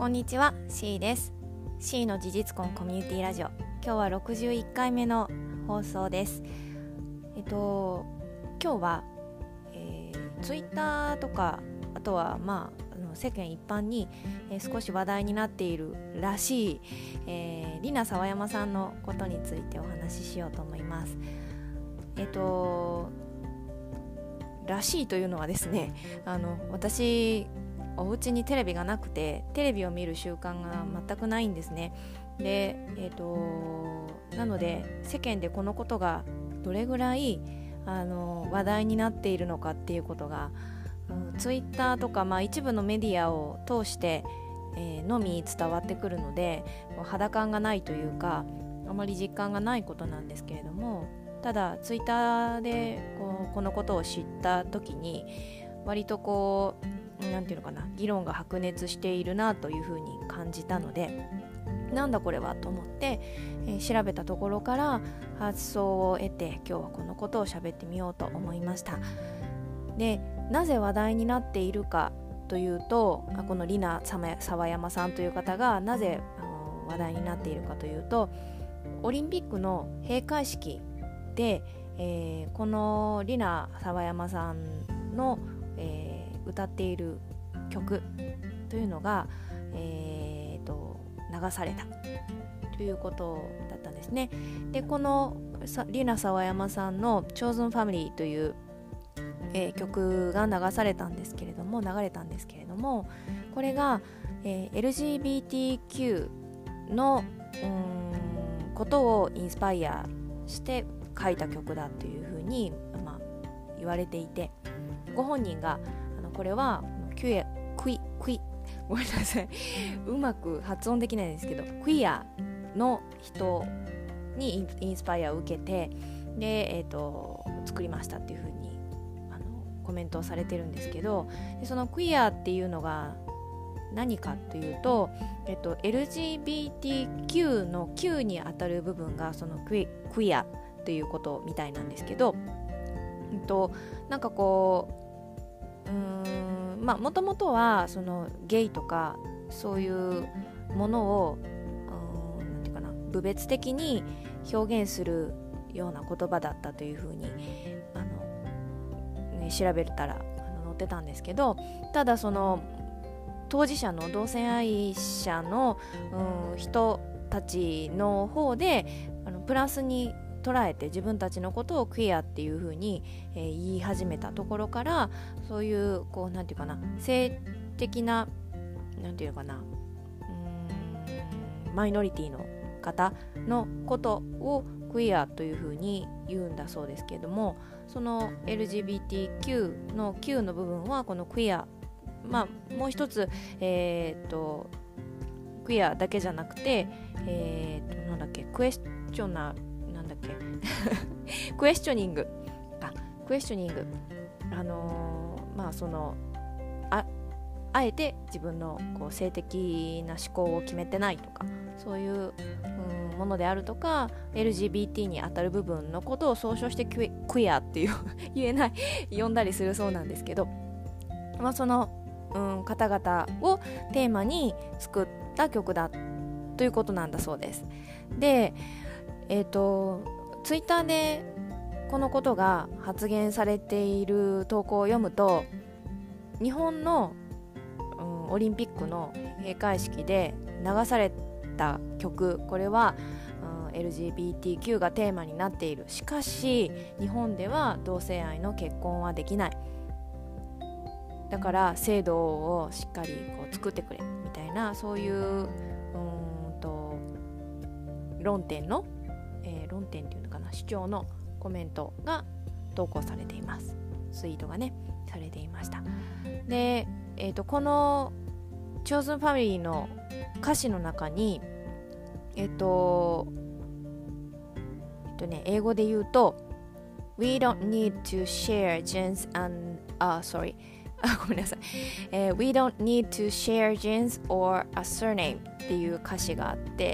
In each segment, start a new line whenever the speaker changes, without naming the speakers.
こんにちは、C です。 C の事実婚コミュニティラジオ、今日は61回目の放送です。今日は、ツイッターとかあとは世間一般に、少し話題になっているらしい、リナ沢山さんのことについてお話ししようと思います。らしいというのはですね、私お家にテレビがなくてテレビを見る習慣が全くないんですね。で、なので世間でこのことがどれぐらい話題になっているのかっていうことが、ツイッターとか、一部のメディアを通して、のみ伝わってくるので肌感がないというかあまり実感がないことなんですけれども、ただツイッターでこのことを知った時に割となんていうのかな、議論が白熱しているなというふうに感じたので、なんだこれはと思って、調べたところから発想を得て、今日はこのことを喋ってみようと思いました。で、なぜ話題になっているかというと、このリナ沢山さんという方がなぜ話題になっているかというと、オリンピックの閉会式で、このリナ沢山さんの、歌っている曲というのが、流されたということだったんですね。で、このリナ沢山さんの Chosen Family という、曲が流れたんですけれども、これが、LGBTQ のことをインスパイアして書いた曲だというふうに、言われていて、ご本人がこれはごめんなさい、うまく発音できないんですけど、クイアの人にインスパイアを受けて、で、作りましたっていうふうにコメントをされてるんですけど、でそのクイアっていうのが何かというと、LGBTQ の Q に当たる部分がそのクイアということみたいなんですけど、なんかもともとはそのゲイとかそういうものをなんていうかな、部別的に表現するような言葉だったというふうに調べたら載ってたんですけど、ただその当事者の同性愛者の人たちの方でプラスに捉えて自分たちのことをクイアっていう風に、言い始めたところから、そういうなんていうかな、性的ななんていうかな、マイノリティの方のことをクイアという風に言うんだそうですけれども、その LGBTQ の Q の部分はこのクイア、もう一つクイアだけじゃなくて、なんだっけ、クエスチョニング、そのあえて自分の性的な思考を決めてないとか、そういうものであるとか、 LGBT に当たる部分のことを総称してクイアっていう呼んだりするそうなんですけど、その、方々をテーマに作った曲だということなんだそうです。で、ツイッターでこのことが発言されている投稿を読むと、日本の、オリンピックの閉会式で流された曲、これは、LGBTQ がテーマになっている。しかし日本では同性愛の結婚はできない。だから制度をしっかり作ってくれみたいな、そういう論点っていうのかな、主張のコメントが投稿されています。ツイートがねされていました。で、この Chosen Family の歌詞の中に英語で言うと We don't need to share genes andごめんなさい、We don't need to share genes or a surname っていう歌詞があって、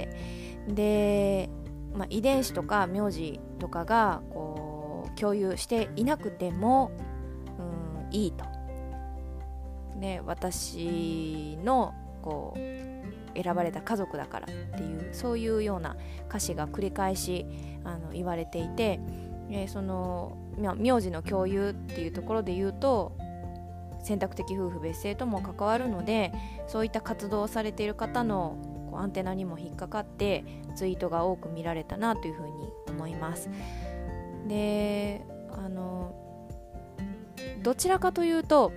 で、遺伝子とか名字とかが共有していなくても、いいと。で、私のこう選ばれた家族だからっていう、そういうような歌詞が繰り返し言われていて、その名字の共有っていうところで言うと選択的夫婦別姓とも関わるので、そういった活動をされている方のアンテナにも引っかかってツイートが多く見られたなというふうに思います。で、どちらかというと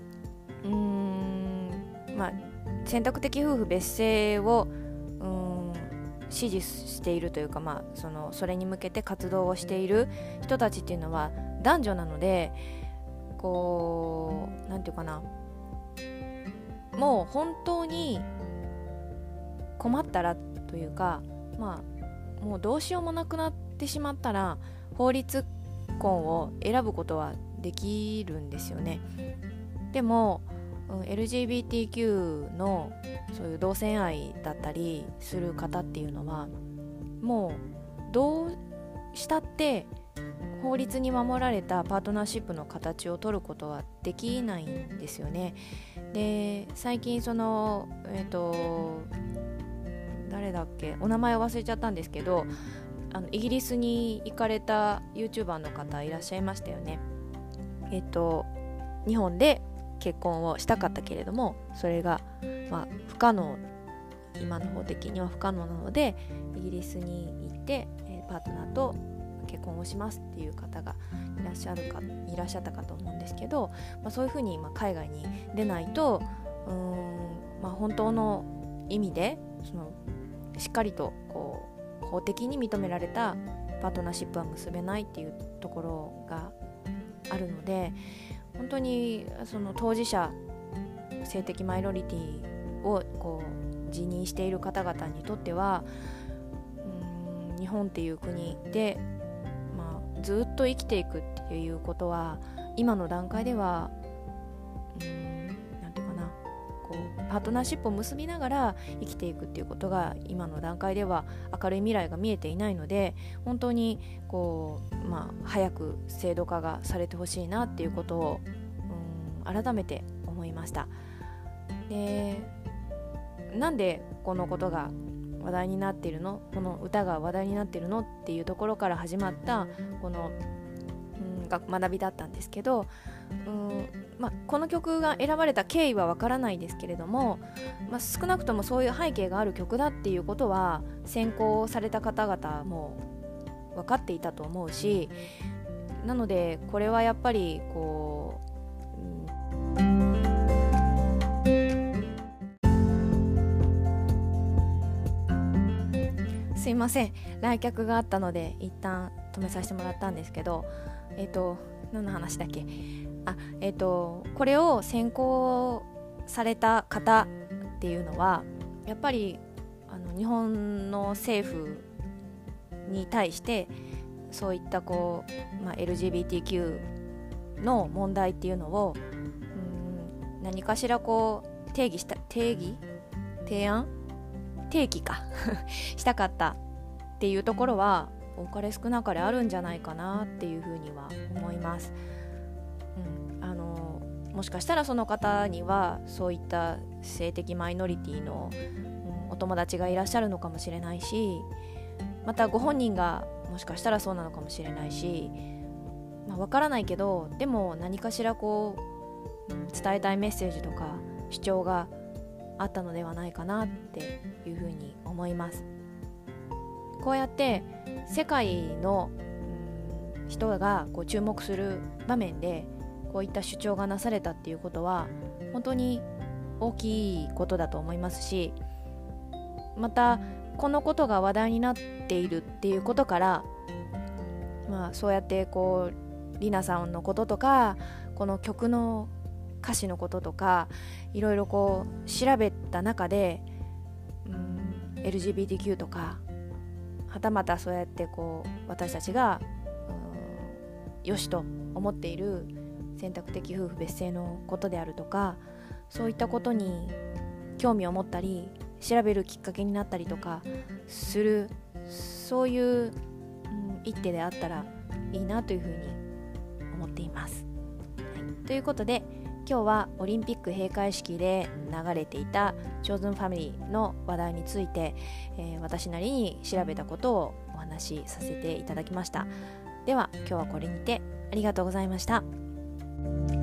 選択的夫婦別姓を支持しているというか、それに向けて活動をしている人たちっていうのは男女なので、こうなんていうかな、もう本当に困ったらというか、もうどうしようもなくなってしまったら法律婚を選ぶことはできるんですよね。でもLGBTQ のそういう同性愛だったりする方っていうのはもうどうしたって法律に守られたパートナーシップの形を取ることはできないんですよね。で、最近誰だっけ、お名前を忘れちゃったんですけど、イギリスに行かれた YouTuber の方いらっしゃいましたよね。日本で結婚をしたかったけれどもそれが、不可能、今の法的には不可能なのでイギリスに行って、パートナーと結婚をしますっていう方がいらっしゃったかと思うんですけど、そういうふうに海外に出ないと本当の意味でしっかりとこう法的に認められたパートナーシップは結べないっていうところがあるので、本当にその当事者、性的マイノリティをこう自認している方々にとっては日本っていう国で、ずっと生きていくっていうことは今の段階ではなんていうかな、こうパートナーシップを結びながら生きていくっていうことが今の段階では明るい未来が見えていないので、本当にこう、早く制度化がされてほしいなっていうことを改めて思いました。で、なんでこのことが話題になっているの、この歌が話題になっているのっていうところから始まったこの学びだったんですけど、この曲が選ばれた経緯はわからないですけれども、少なくともそういう背景がある曲だっていうことは選考された方々も分かっていたと思うし、なのでこれはやっぱりこう、すいません、来客があったので一旦止めさせてもらったんですけど、何の話だっけ、これを選考された方っていうのはやっぱり日本の政府に対してそういったこう、LGBTQ の問題っていうのを何かしらこう提起したかったっていうところは多かれ少なかれあるんじゃないかなっていうふうには思います。もしかしたらその方にはそういった性的マイノリティの、お友達がいらっしゃるのかもしれないし、またご本人がもしかしたらそうなのかもしれないし、わからないけど、でも何かしらこう、伝えたいメッセージとか主張があったのではないかなっていうふうに思います。こうやって世界の、人がこう注目する場面でこういった主張がなされたっていうことは本当に大きいことだと思いますし、またこのことが話題になっているっていうことから、そうやってこうリナさんのこととかこの曲の歌詞のこととかいろいろこう調べた中で、LGBTQ とかはたまたそうやってこう私たちがよしと思っている選択的夫婦別姓のことであるとか、そういったことに興味を持ったり調べるきっかけになったりとかする、そういう、一手であったらいいなというふうに思っています。ということで今日はオリンピック閉会式で流れていたチョーズンファミリーの話題について、私なりに調べたことをお話しさせていただきました。では今日はこれにてありがとうございました。